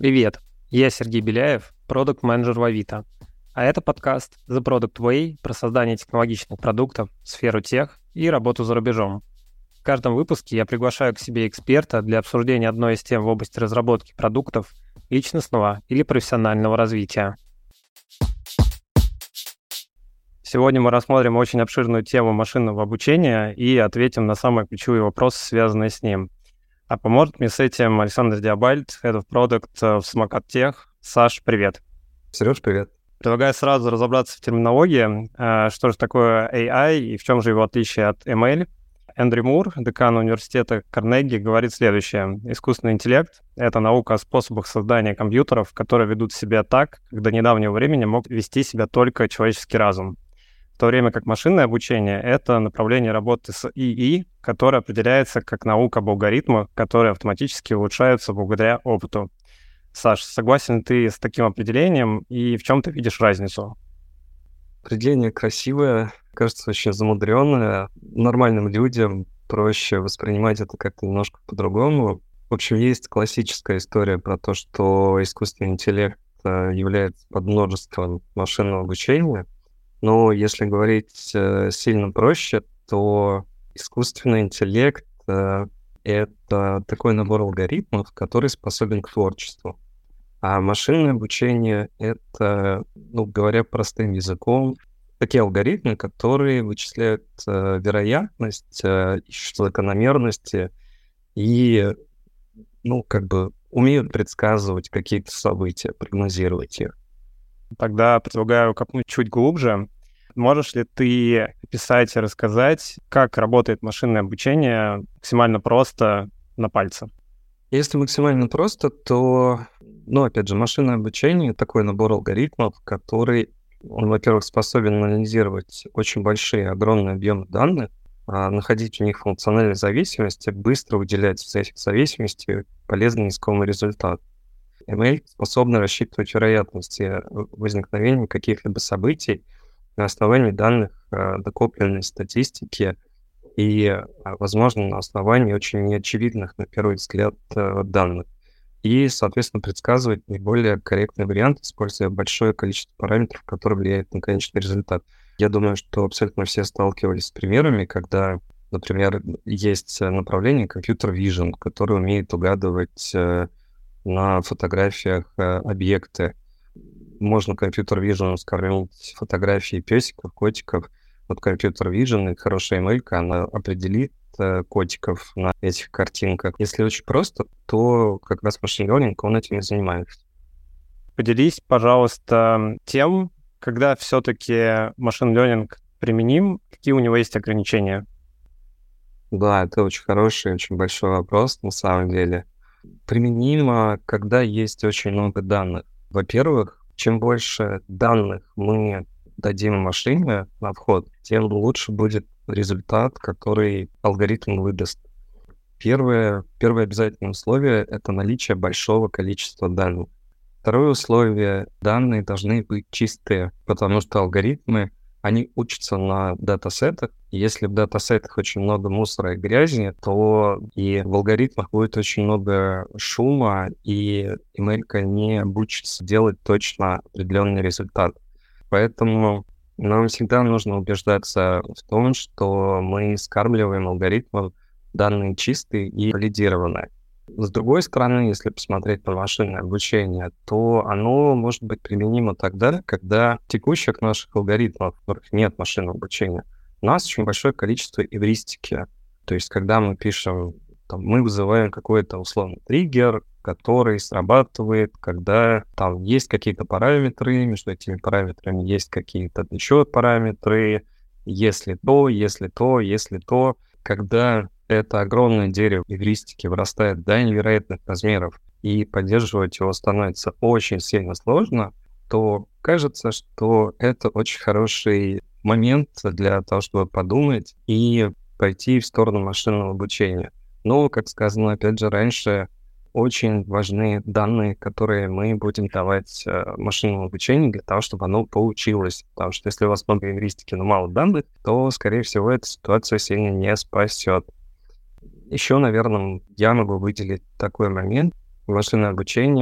Привет, я Сергей Беляев, продакт-менеджер в Авито. А это подкаст The Product Way про создание технологичных продуктов, сферу тех и работу за рубежом. В каждом выпуске я приглашаю к себе эксперта для обсуждения одной из тем в области разработки продуктов, личностного или профессионального развития. Сегодня мы рассмотрим очень обширную тему машинного обучения и ответим на самые ключевые вопросы, связанные с ним. А поможет мне с этим Александр Диабальд, Head of Product в Самокат Тех. Саш, привет. Сереж, привет. Предлагаю сразу разобраться в терминологии, что же такое AI и в чем же его отличие от ML. Эндрю Мур, декан университета Карнеги, говорит следующее. Искусственный интеллект — это наука о способах создания компьютеров, которые ведут себя так, как до недавнего времени мог вести себя только человеческий разум. В то время как машинное обучение — это направление работы с ИИ, которое определяется как наука об алгоритмах, которые автоматически улучшаются благодаря опыту. Саш, согласен ты с таким определением и в чем ты видишь разницу? Определение красивое, кажется, очень замудренное. Нормальным людям проще воспринимать это как-то немножко по-другому. В общем, есть классическая история про то, что искусственный интеллект является подмножеством машинного обучения. Но если говорить сильно проще, то искусственный интеллект — это такой набор алгоритмов, который способен к творчеству. А машинное обучение — это, говоря простым языком, такие алгоритмы, которые вычисляют вероятность, ищут закономерности и, умеют предсказывать какие-то события, прогнозировать их. Тогда предлагаю копнуть чуть глубже. Можешь ли ты описать и рассказать, как работает машинное обучение максимально просто на пальце? Если максимально просто, то, опять же, машинное обучение — такой набор алгоритмов, который, он, во-первых, способен анализировать очень большие, огромные объемы данных, находить в них функциональные зависимости, быстро выделять из этих зависимостей полезный искомый результат. ML способна рассчитывать вероятности возникновения каких-либо событий на основании данных докопленной статистики и, возможно, на основании очень неочевидных, на первый взгляд, данных. И, соответственно, предсказывать наиболее корректный вариант, используя большое количество параметров, которые влияют на конечный результат. Я думаю, что абсолютно все сталкивались с примерами, когда, например, есть направление Computer Vision, которое умеет угадывать на фотографиях объекты. Можно Computer Vision скормить фотографии песиков, котиков. Вот Computer Vision и хорошая ML-ка, она определит котиков на этих картинках. Если очень просто, то как раз Machine Learning, он этим и занимается. Поделись, пожалуйста, тем, когда все-таки Machine Learning применим, какие у него есть ограничения? Да, это очень хороший, очень большой вопрос на самом деле. Применимо, когда есть очень много данных. Во-первых, чем больше данных мы дадим машине на вход, тем лучше будет результат, который алгоритм выдаст. Первое обязательное условие — это наличие большого количества данных. Второе условие — данные должны быть чистые, потому что алгоритмы, они учатся на датасетах. Если в датасетах очень много мусора и грязи, то и в алгоритмах будет очень много шума, и ML не обучится делать точно определенный результат. Поэтому нам всегда нужно убеждаться в том, что мы скармливаем алгоритмам данные чистые и валидированные. С другой стороны, если посмотреть на машинное обучение, то оно может быть применимо тогда, когда в текущих наших алгоритмах, в которых нет машинного обучения, у нас очень большое количество эвристики. То есть, когда мы пишем, мы вызываем какой-то условный триггер, который срабатывает, когда там есть какие-то параметры, между этими параметрами есть какие-то еще параметры, если то, когда это огромное дерево эвристики вырастает до невероятных размеров, и поддерживать его становится очень сильно сложно, то кажется, что это очень хороший момент для того, чтобы подумать и пойти в сторону машинного обучения. Но, как сказано, опять же, раньше, очень важны данные, которые мы будем давать машинному обучению для того, чтобы оно получилось. Потому что если у вас много эвристики, но мало данных, то, скорее всего, эта ситуация сильно не спасет. Еще, наверное, я могу выделить такой момент. Машинное обучение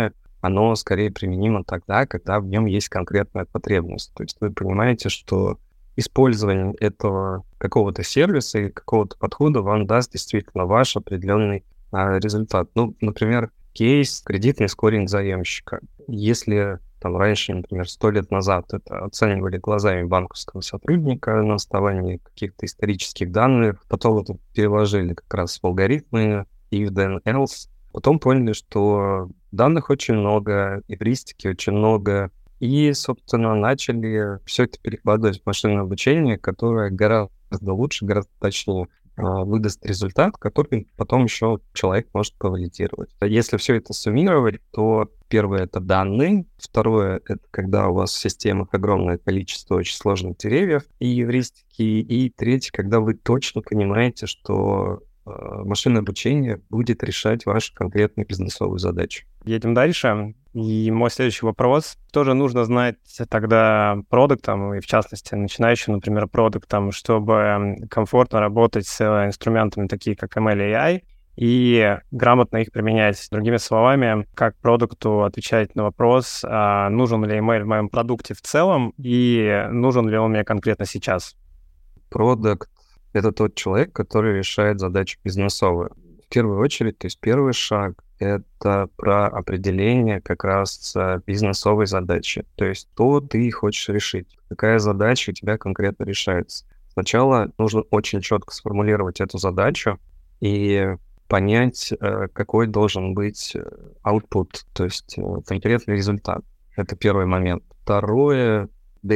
оно скорее применимо тогда, когда в нем есть конкретная потребность. То есть вы понимаете, что использование этого какого-то сервиса и какого-то подхода вам даст действительно ваш определенный результат. Ну, например, кейс кредитный скоринг заемщика. Если там раньше, например, 100 лет назад это оценивали глазами банковского сотрудника на основании каких-то исторических данных, потом это переложили как раз в алгоритмы if then else, потом поняли, что данных очень много, эвристики очень много, и, собственно, начали все это перекладывать в машинное обучение, которое гораздо лучше, гораздо точнее выдаст результат, который потом еще человек может повалидировать. Если все это суммировать, то первое — это данные, второе — это когда у вас в системах огромное количество очень сложных деревьев и эвристики, и третье — когда вы точно понимаете, что машинное обучение будет решать вашу конкретную бизнесовую задачу. Едем дальше. И мой следующий вопрос. Тоже нужно знать тогда продуктам, и в частности начинающим, например, продуктам, чтобы комфортно работать с инструментами, такие как ML и AI, и грамотно их применять. Другими словами, как продукту отвечать на вопрос, нужен ли ML в моем продукте в целом, и нужен ли он мне конкретно сейчас. Продукт — это тот человек, который решает задачу бизнесовую. В первую очередь, то есть первый шаг — это про определение как раз бизнесовой задачи. То есть что ты хочешь решить, какая задача у тебя конкретно решается. Сначала нужно очень четко сформулировать эту задачу и понять, какой должен быть output, то есть конкретный результат. Это первый момент. Второе,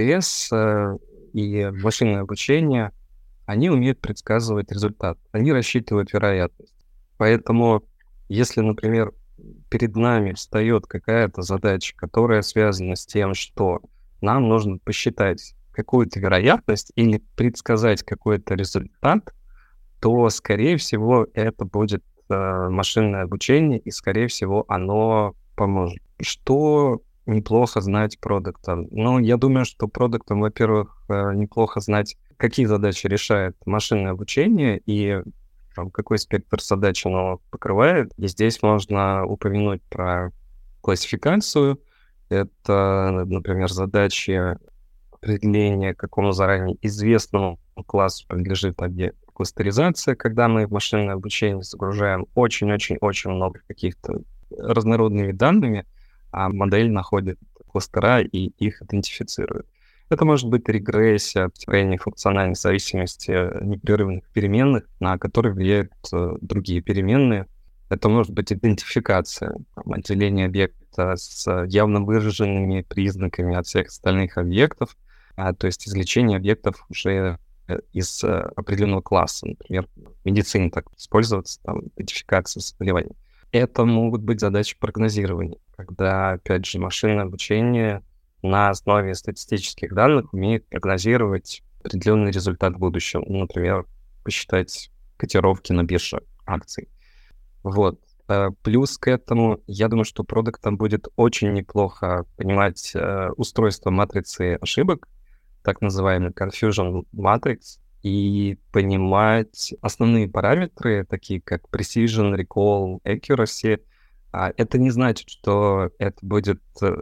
DS и машинное обучение, они умеют предсказывать результат, они рассчитывают вероятность. Поэтому, если, например, перед нами встает какая-то задача, которая связана с тем, что нам нужно посчитать какую-то вероятность или предсказать какой-то результат, то, скорее всего, это будет машинное обучение, и, скорее всего, оно поможет. Что неплохо знать продуктам? Ну, я думаю, что продуктам, во-первых, неплохо знать, какие задачи решает машинное обучение и какой спектр задач оно покрывает. И здесь можно упомянуть про классификацию. Это, например, задачи определения, какому заранее известному классу принадлежит объект. Кластеризация, когда мы в машинное обучение загружаем очень-очень-очень много каких-то разнородными данными, а модель находит кластера и их идентифицирует. Это может быть регрессия, построение функциональной зависимости непрерывных переменных, на которые влияют другие переменные. Это может быть идентификация, отделение объекта с явно выраженными признаками от всех остальных объектов, то есть извлечение объектов уже из определенного класса. Например, в медицине так использоваться, идентификация заболеваний. Это могут быть задачи прогнозирования, когда, опять же, машинное обучение на основе статистических данных умеет прогнозировать определенный результат в будущем. Например, посчитать котировки на бирже акций. Вот. Плюс к этому, я думаю, что продуктам будет очень неплохо понимать устройство матрицы ошибок, так называемый confusion matrix, и понимать основные параметры, такие как precision, recall, accuracy. Это не значит, что это будет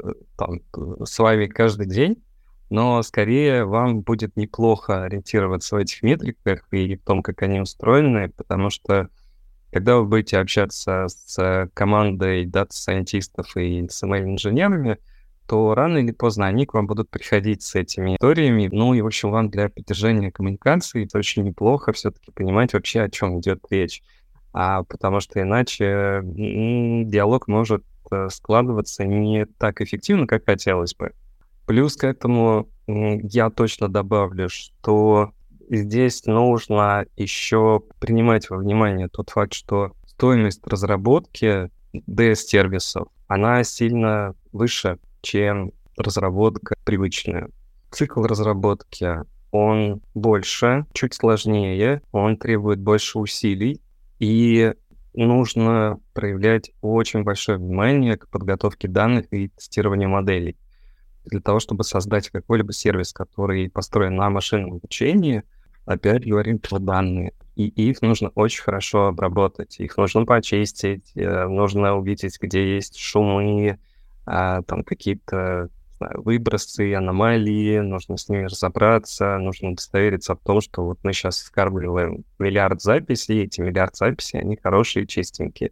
с вами каждый день, но скорее вам будет неплохо ориентироваться в этих метриках и в том, как они устроены, потому что когда вы будете общаться с командой дата-сайентистов и с ML-инженерами, то рано или поздно они к вам будут приходить с этими историями. Ну и, в общем, вам для поддержания коммуникации это очень неплохо все-таки понимать вообще, о чем идет речь. Потому что иначе диалог может складываться не так эффективно, как хотелось бы. Плюс к этому я точно добавлю, что здесь нужно еще принимать во внимание тот факт, что стоимость разработки DS-сервисов, она сильно выше, чем разработка привычная. Цикл разработки, он больше, чуть сложнее, он требует больше усилий, и нужно проявлять очень большое внимание к подготовке данных и тестированию моделей. Для того, чтобы создать какой-либо сервис, который построен на машинном обучении, опять говорим про данные. И их нужно очень хорошо обработать, их нужно почистить, нужно увидеть, где есть шумы, там какие-то, не знаю, выбросы, аномалии, нужно с ними разобраться, нужно удостовериться в том, что вот мы сейчас скармливаем миллиард записей, эти миллиард записей, они хорошие, чистенькие.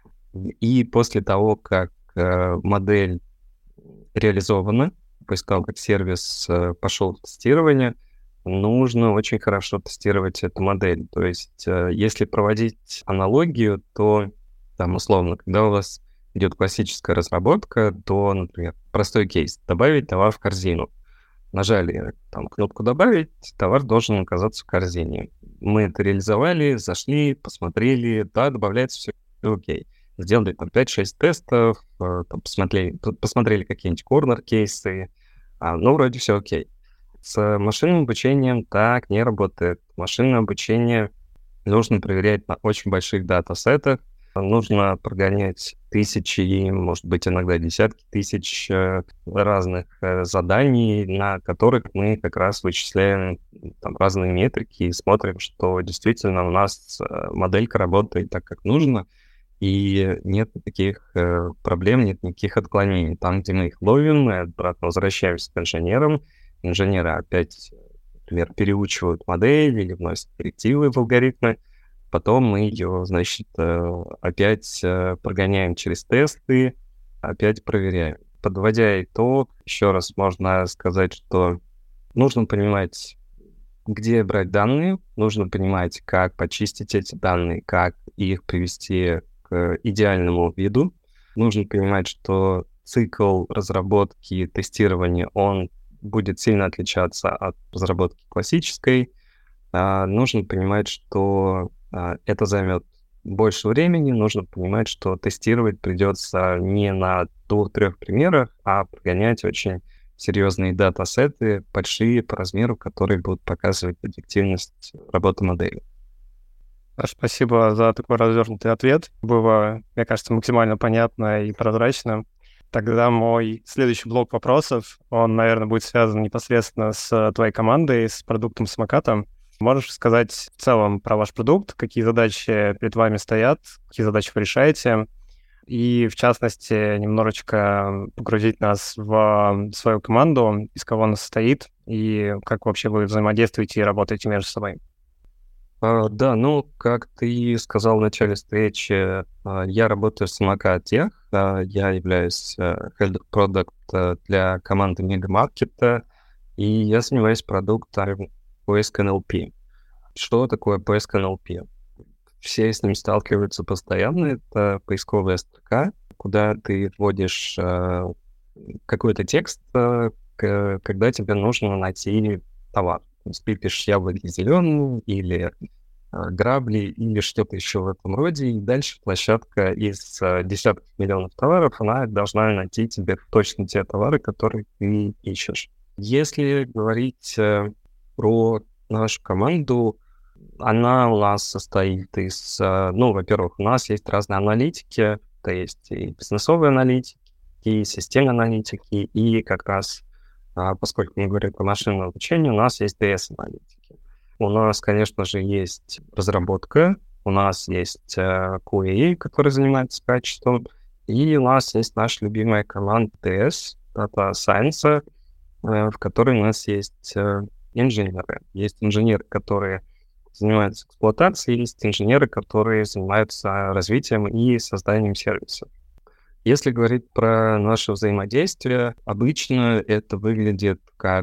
И после того, как модель реализована, после того, как сервис пошел в тестирование, нужно очень хорошо тестировать эту модель. То есть, если проводить аналогию, то, там, условно, когда у вас идет классическая разработка, то, например, простой кейс — добавить товар в корзину. Нажали там кнопку «Добавить», товар должен оказаться в корзине. Мы это реализовали, зашли, посмотрели, да, добавляется все окей. Сделали там 5-6 тестов, там, посмотрели какие-нибудь корнер-кейсы, ну, вроде все окей. С машинным обучением так не работает. Машинное обучение нужно проверять на очень больших датасетах, нужно прогонять тысячи, может быть, иногда десятки тысяч разных заданий, на которых мы как раз вычисляем там разные метрики и смотрим, что действительно у нас моделька работает так, как нужно, и нет никаких проблем, нет никаких отклонений. Там, где мы их ловим, мы обратно возвращаемся к инженерам. Инженеры опять, например, переучивают модель или вносят коррективы в алгоритмы. Потом мы ее, значит, опять прогоняем через тесты, опять проверяем. Подводя итог, еще раз можно сказать, что нужно понимать, где брать данные, нужно понимать, как почистить эти данные, как их привести к идеальному виду. Нужно понимать, что цикл разработки и тестирования, он будет сильно отличаться от разработки классической. Нужно понимать, что это займет больше времени. Нужно понимать, что тестировать придется не на 2-3 примерах, а прогонять очень серьезные датасеты, большие по размеру, которые будут показывать эффективность работы модели. Спасибо за такой развернутый ответ. Было, мне кажется, максимально понятно и прозрачно. Тогда мой следующий блок вопросов, он, наверное, будет связан непосредственно с твоей командой, с продуктом самоката. Можешь сказать в целом про ваш продукт, какие задачи перед вами стоят, какие задачи вы решаете, и, в частности, немножечко погрузить нас в свою команду, из кого она состоит, и как вообще вы взаимодействуете и работаете между собой. Да, ну, как ты сказал в начале встречи, я работаю в Самокат.Тех, я являюсь Head of Product для команды Мегамаркета, и я занимаюсь продуктом поиск NLP. Что такое поиск NLP? Все с ним сталкиваются постоянно. Это поисковая строка, куда ты вводишь какой-то текст, когда тебе нужно найти товар. То есть ты пишешь яблоки зеленые или грабли или что-то еще в этом роде, и дальше площадка из десятков миллионов товаров, она должна найти тебе точно те товары, которые ты ищешь. Если говорить про нашу команду, она у нас состоит из... Ну, во-первых, у нас есть разные аналитики, то есть и бизнесовые аналитики, и системные аналитики, и как раз, поскольку мы говорим про машинное обучение, у нас есть DS-аналитики. У нас, конечно же, есть разработка, у нас есть QA, который занимается качеством, и у нас есть наша любимая команда DS, Data Science, в которой у нас есть инженеры. Есть инженеры, которые занимаются эксплуатацией, есть инженеры, которые занимаются развитием и созданием сервисов. Если говорить про наше взаимодействие, обычно это выглядит как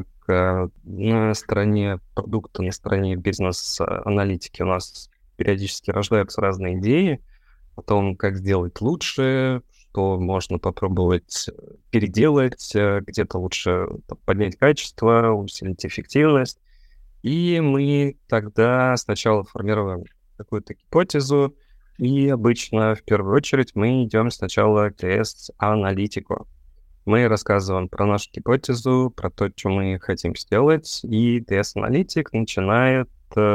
на стороне продукта, на стороне бизнес-аналитики у нас периодически рождаются разные идеи о том, как сделать лучше, что можно попробовать переделать, где-то лучше поднять качество, усилить эффективность. И мы тогда сначала формируем какую-то гипотезу, и обычно в первую очередь мы идем сначала к DS-аналитику. Мы рассказываем про нашу гипотезу, про то, что мы хотим сделать, и DS-аналитик начинает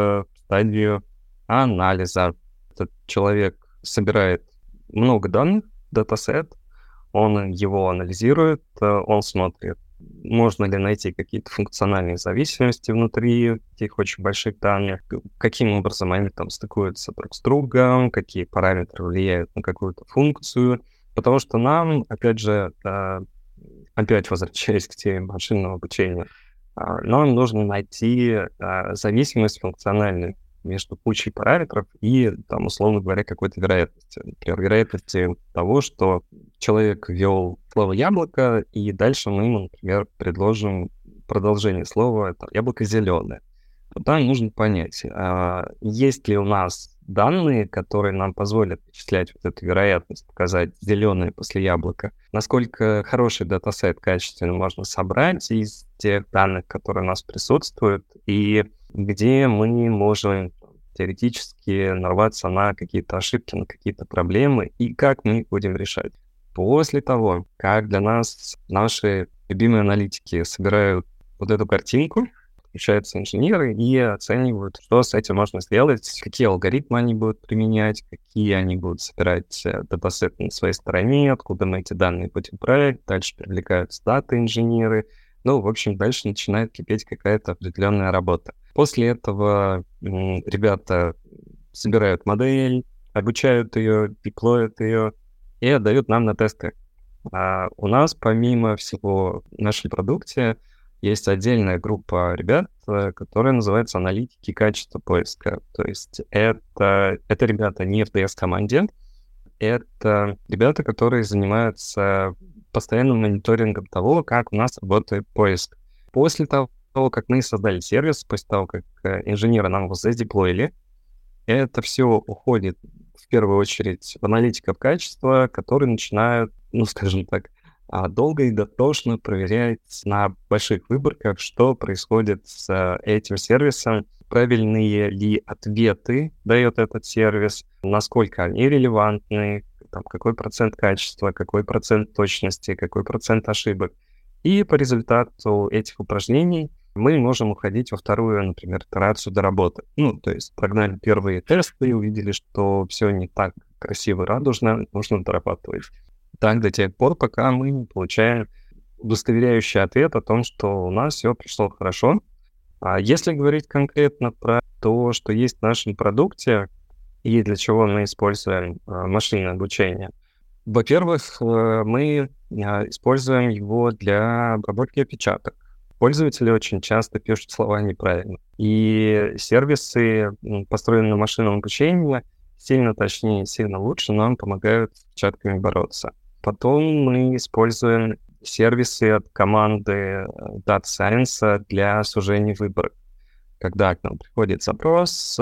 стадию анализа. Этот человек собирает много данных, датасет, он его анализирует, он смотрит, можно ли найти какие-то функциональные зависимости внутри этих очень больших данных, каким образом они там стыкуются друг с другом, какие параметры влияют на какую-то функцию, Потому что нам, опять же, опять возвращаясь к теме машинного обучения, нам нужно найти зависимость функциональную между кучей параметров и, там, условно говоря, какой-то вероятностью. Например, вероятности того, что человек ввел слово «яблоко», и дальше мы ему, например, предложим продолжение слова там, «яблоко зеленое». Вот там нужно понять, есть ли у нас данные, которые нам позволят вычислять вот эту вероятность, показать зеленое после яблока, насколько хороший датасет качественно можно собрать из тех данных, которые у нас присутствуют, и где мы можем теоретически нарваться на какие-то ошибки, на какие-то проблемы, и как мы их будем решать. После того, как для нас наши любимые аналитики собирают вот эту картинку, включаются инженеры и оценивают, что с этим можно сделать, какие алгоритмы они будут применять, какие они будут собирать датасеты на своей стороне, откуда мы эти данные будем брать. Дальше привлекаются дата-инженеры. Ну, в общем, дальше начинает кипеть какая-то определенная работа. После этого ребята собирают модель, обучают ее, деплоят ее и отдают нам на тесты. У нас, помимо всего в нашей продукте, есть отдельная группа ребят, которая называется аналитики качества поиска. То есть это ребята не в DS-команде, это ребята, которые занимаются постоянным мониторингом того, как у нас работает поиск. После того, как мы создали сервис, после того, как инженеры нам его задеплоили, это все уходит в первую очередь в аналитиков качества, которые начинают, ну, скажем так, долго и дотошно проверять на больших выборках, что происходит с этим сервисом, правильные ли ответы дает этот сервис, насколько они релевантны, там, какой процент качества, какой процент точности, какой процент ошибок. И по результату этих упражнений мы можем уходить во вторую, например, итерацию доработок. Ну, то есть прогнали первые тесты и увидели, что все не так красиво и радужно, нужно дорабатывать. Так до тех пор, пока мы не получаем удостоверяющий ответ о том, что у нас все пришло хорошо. А если говорить конкретно про то, что есть в нашем продукте и для чего мы используем машинное обучение, во-первых, мы используем его для обработки опечаток. Пользователи очень часто пишут слова неправильно. И сервисы, построенные на машинном обучении, сильно точнее, сильно лучше нам помогают с опечатками бороться. Потом мы используем сервисы от команды Data Science для сужения выбора. Когда к нам приходит запрос,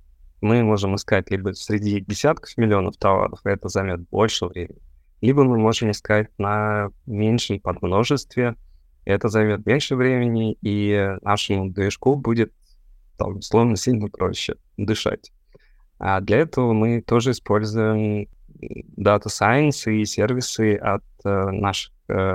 мы можем искать либо среди десятков миллионов товаров, и это займет больше времени, либо мы можем искать на меньшем подмножестве, и это займет меньше времени, и нашему движку будет, там, условно, сильно проще дышать. А для этого мы тоже используем Data Science и сервисы от наших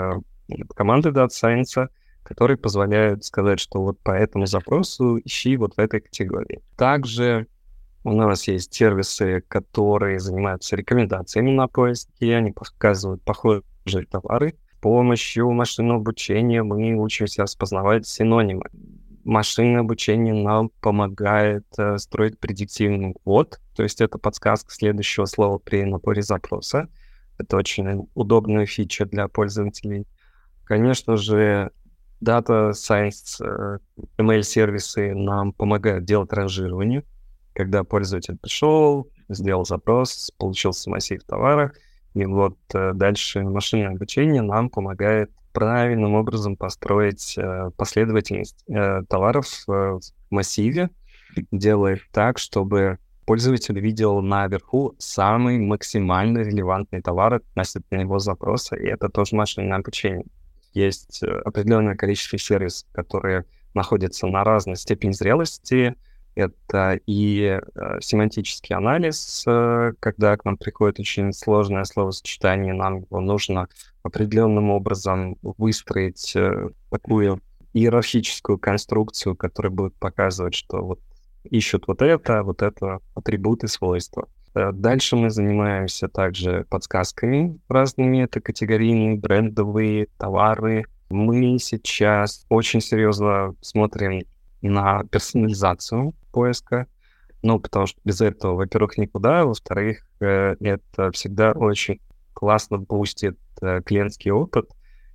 команды Data Science, которые позволяют сказать, что вот по этому запросу ищи вот в этой категории. Также у нас есть сервисы, которые занимаются рекомендациями на поиске, они показывают похожие товары. С помощью машинного обучения мы учимся распознавать синонимы. Машинное обучение нам помогает строить предиктивный код, то есть это подсказка следующего слова при наборе запроса. Это очень удобная фича для пользователей. Конечно же, Data Science ML-сервисы нам помогают делать ранжирование. Когда пользователь пришел, сделал запрос, получился массив товара, и вот дальше машинное обучение нам помогает правильным образом построить последовательность товаров в массиве, делает так, чтобы пользователь видел наверху самый максимально релевантный товар относительно его запроса, и это тоже машинное обучение. Есть определенное количество сервисов, которые находятся на разной степени зрелости. Это и семантический анализ, когда к нам приходит очень сложное словосочетание, нам его нужно определенным образом выстроить такую иерархическую конструкцию, которая будет показывать, что вот ищут вот это атрибуты, свойства. Дальше мы занимаемся также подсказками разными, это категорийные, брендовые товары. Мы сейчас очень серьезно смотрим на персонализацию поиска, ну, потому что без этого, во-первых, никуда, во-вторых, это всегда очень классно бустит клиентский опыт,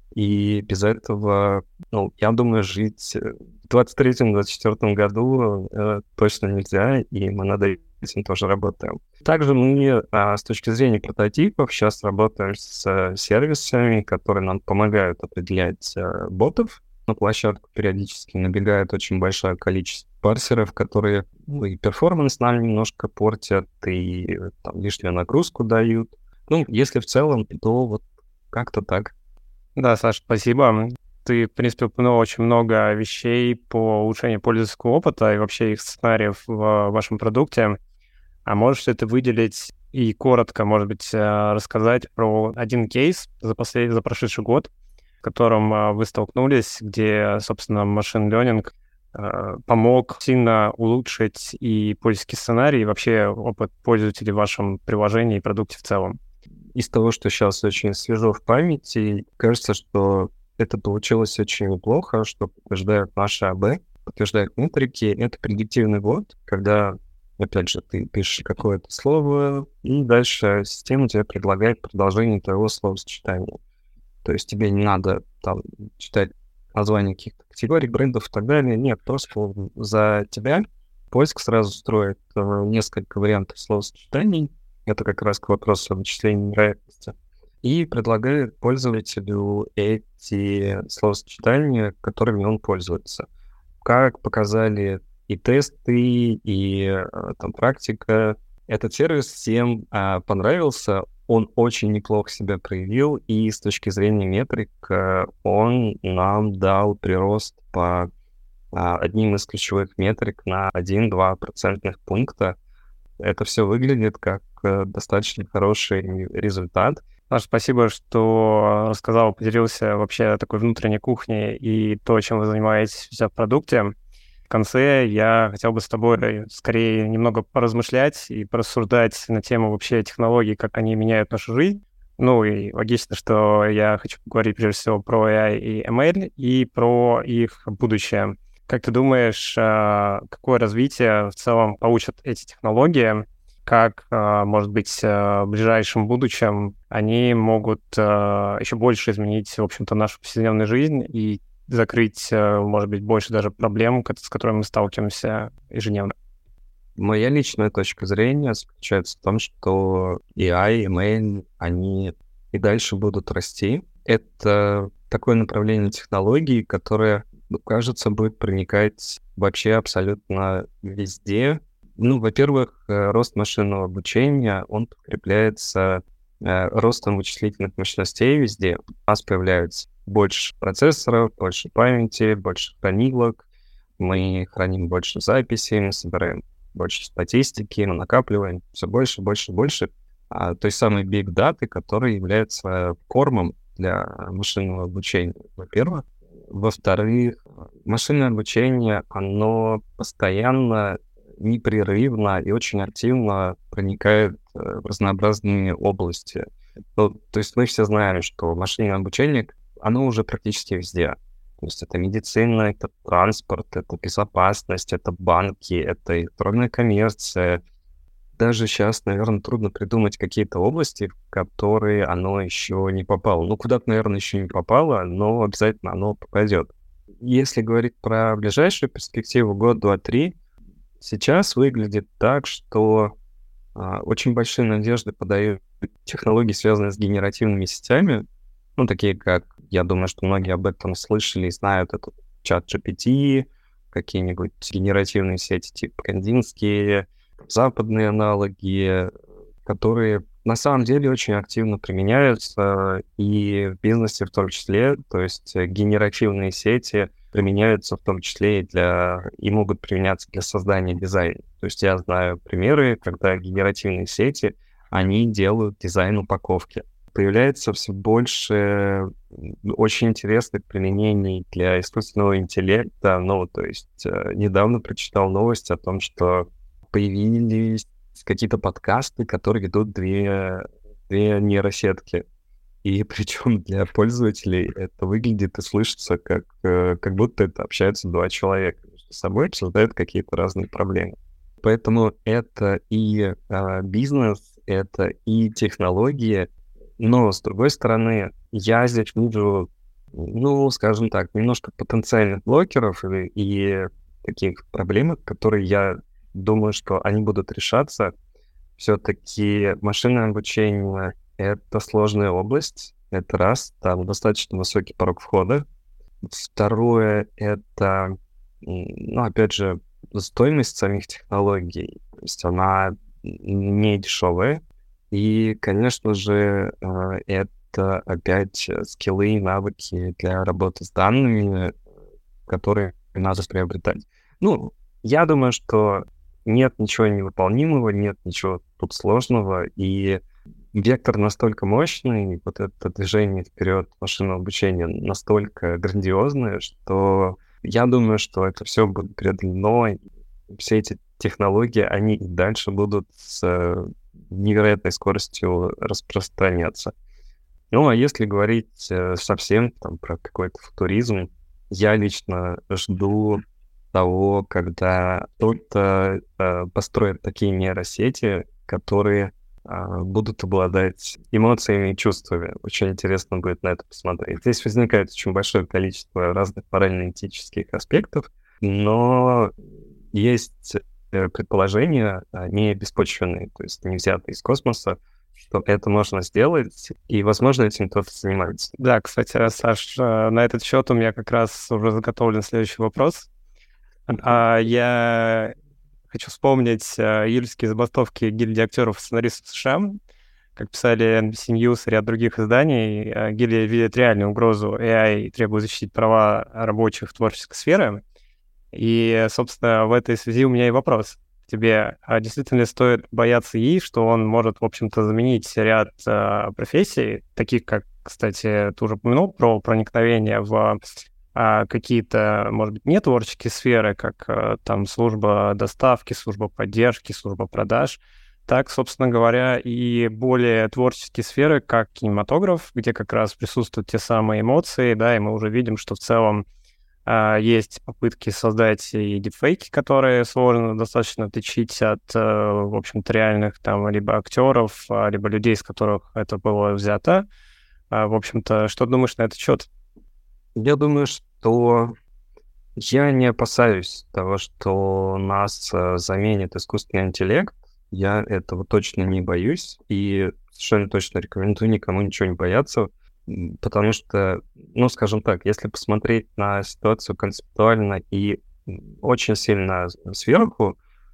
и без этого, я думаю, жить в 2023-2024 году точно нельзя, и мы над этим тоже работаем. Также мы с точки зрения прототипов сейчас работаем с сервисами, которые нам помогают определять ботов. На площадку периодически набегает очень большое количество парсеров, которые и перформанс нам немножко портят, и там лишнюю нагрузку дают. Если в целом, то вот как-то так. Да, Саша, спасибо. Ты, в принципе, упомянул очень много вещей по улучшению пользовательского опыта и вообще их сценариев в вашем продукте. А можешь ли ты выделить и коротко, может быть, рассказать про один кейс за прошедший год, в котором вы столкнулись, где, собственно, машин learning помог сильно улучшить и пользовательский сценарий, и вообще опыт пользователей в вашем приложении и продукте в целом? Из того, что сейчас очень свежо в памяти, кажется, что это получилось очень неплохо, что подтверждают наши АБ, подтверждают метрики. Это предиктивный год, когда, опять же, ты пишешь какое-то слово, и дальше система тебе предлагает продолжение твоего словосочетания. То есть тебе не надо там читать названия каких-то категорий, брендов и так далее. Нет, просто за тебя поиск сразу строит несколько вариантов словосочетаний. Это как раз к вопросу о вычислении вероятности. И предлагает пользователю эти словосочетания, которыми он пользуется. Как показали и тесты, и там практика, этот сервис всем понравился. Он очень неплохо себя проявил, и с точки зрения метрик он нам дал прирост по одним из ключевых метрик на 1-2 процентных пункта. Это все выглядит как достаточно хороший результат. Саша, спасибо, что рассказал, поделился вообще такой внутренней кухней и то, чем вы занимаетесь в продукте. В конце я хотел бы с тобой скорее немного поразмышлять и порассуждать на тему вообще технологий, как они меняют нашу жизнь. И логично, что я хочу поговорить прежде всего про AI и ML и про их будущее. Как ты думаешь, какое развитие в целом получат эти технологии? Как, может быть, в ближайшем будущем они могут еще больше изменить, в общем-то, нашу повседневную жизнь и закрыть, может быть, больше даже проблем, с которыми мы сталкиваемся ежедневно? Моя личная точка зрения заключается в том, что AI, ML, они и дальше будут расти. Это такое направление технологий, которое, кажется, будет проникать вообще абсолютно везде. Во-первых, рост машинного обучения, он подкрепляется ростом вычислительных мощностей везде. У нас появляется больше процессоров, больше памяти, больше хранилок, мы храним больше записей, мы собираем больше статистики, мы накапливаем все больше, больше, больше той самой big data, которая является кормом для машинного обучения, во-первых. Во-вторых, машинное обучение, оно постоянно, непрерывно и очень активно проникает в разнообразные области. То есть мы все знаем, что машинное обучение, оно уже практически везде. То есть это медицина, это транспорт, это безопасность, это банки, это электронная коммерция. Даже сейчас, наверное, трудно придумать какие-то области, в которые оно еще не попало. Куда-то, наверное, еще не попало, но обязательно оно попадет. Если говорить про ближайшую перспективу, год, два, три, сейчас выглядит так, что очень большие надежды подают технологии, связанные с генеративными сетями, такие как, я думаю, что многие об этом слышали и знают, это ChatGPT, какие-нибудь генеративные сети типа Кандинские, западные аналоги, которые на самом деле очень активно применяются и в бизнесе в том числе, то есть генеративные сети применяются в том числе и могут применяться для создания дизайна. То есть я знаю примеры, когда генеративные сети, они делают дизайн упаковки. Появляется все больше очень интересных применений для искусственного интеллекта. То есть недавно прочитал новость о том, что появились какие-то подкасты, которые ведут две нейросетки. И причем для пользователей это выглядит и слышится, как будто это общаются два человека между собой, обсуждают какие-то разные проблемы. Поэтому это и бизнес, это и технологии. Но, с другой стороны, я здесь вижу, ну, скажем так, немножко потенциальных блокеров и таких проблем, которые я думаю, что они будут решаться. Все-таки машинное обучение — это сложная область, это раз, там достаточно высокий порог входа. Второе — это, ну, опять же, стоимость самих технологий. То есть она не дешевая. И, конечно же, это опять скиллы и навыки для работы с данными, которые надо приобретать. Ну, я думаю, что нет ничего невыполнимого, нет ничего тут сложного, и вектор настолько мощный, вот это движение вперед машинного обучения настолько грандиозное, что я думаю, что это все будет преодолено, и все эти технологии, они и дальше будут с невероятной скоростью распространяться. Ну, а если говорить совсем там про какой-то футуризм, я лично жду того, когда кто-то построит такие нейросети, которые будут обладать эмоциями и чувствами. Очень интересно будет на это посмотреть. Здесь возникает очень большое количество разных морально-этических аспектов, но есть предположения, не беспочвенные, то есть не взятые из космоса, что это можно сделать, и, возможно, этим кто-то занимается. Да, кстати, Саш, на этот счет у меня как раз уже заготовлен следующий вопрос. Я хочу вспомнить июльские забастовки гильдии актеров и сценаристов США. Как писали NBC News и ряд других изданий, гильдия видит реальную угрозу AI и требует защитить права рабочих в творческой сфере. И, собственно, в этой связи у меня и вопрос к тебе. А действительно ли стоит бояться ИИ, что он может, в общем-то, заменить ряд профессий, таких как, кстати, ты уже упомянул про проникновение в какие-то, может быть, не творческие сферы, как там служба доставки, служба поддержки, служба продаж, так, собственно говоря, и более творческие сферы, как кинематограф, где как раз присутствуют те самые эмоции, да, и мы уже видим, что в целом есть попытки создать и дипфейки, которые сложно достаточно отличить от, в общем-то, реальных там либо актеров, либо людей, с которых это было взято. В общем-то, что думаешь на этот счет? Я думаю, что я не опасаюсь того, что нас заменит искусственный интеллект. Я этого точно не боюсь и совершенно точно рекомендую никому ничего не бояться, потому что, ну, скажем так, если посмотреть на ситуацию концептуально и очень сильно сверху,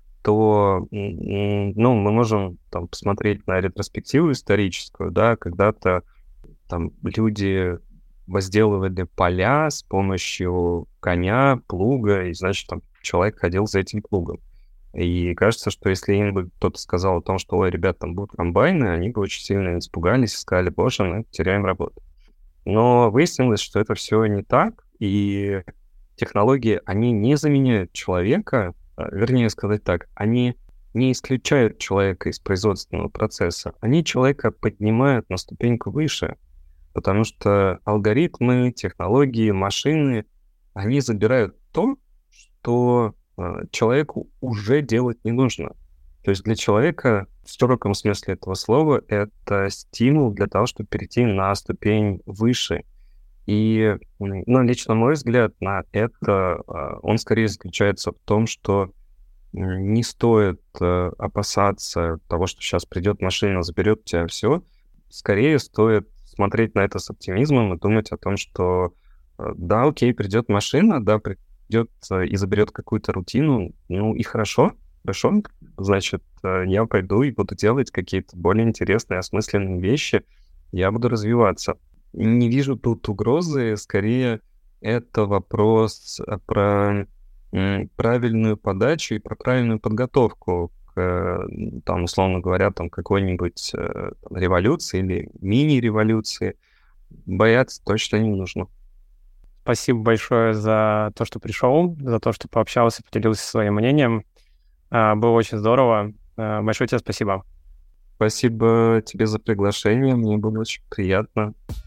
то, ну, мы можем там посмотреть на ретроспективу историческую, да, когда-то там люди возделывали поля с помощью коня, плуга, и, значит, там человек ходил за этим плугом. И кажется, что если им бы кто-то сказал о том, что, ой, ребят, там будут комбайны, они бы очень сильно испугались и сказали, боже, мы теряем работу. Но выяснилось, что это все не так, и технологии, они не заменяют человека, вернее сказать так, они не исключают человека из производственного процесса, они человека поднимают на ступеньку выше, потому что алгоритмы, технологии, машины, они забирают то, что человеку уже делать не нужно. То есть для человека в широком смысле этого слова это стимул для того, чтобы перейти на ступень выше. И, ну, лично мой взгляд на это, он скорее заключается в том, что не стоит опасаться того, что сейчас придет машина, заберет у тебя все. Скорее стоит смотреть на это с оптимизмом и думать о том, что да, окей, придет машина, да, придет и заберет какую-то рутину, ну и хорошо, значит, я пойду и буду делать какие-то более интересные, осмысленные вещи, я буду развиваться. Не вижу тут угрозы, скорее это вопрос про правильную подачу и про правильную подготовку к, там, условно говоря, там какой-нибудь революции или мини-революции. Бояться точно не нужно. Спасибо большое за то, что пришел, за то, что пообщался, поделился своим мнением. Было очень здорово. Большое тебе спасибо. Спасибо тебе за приглашение, мне было очень приятно.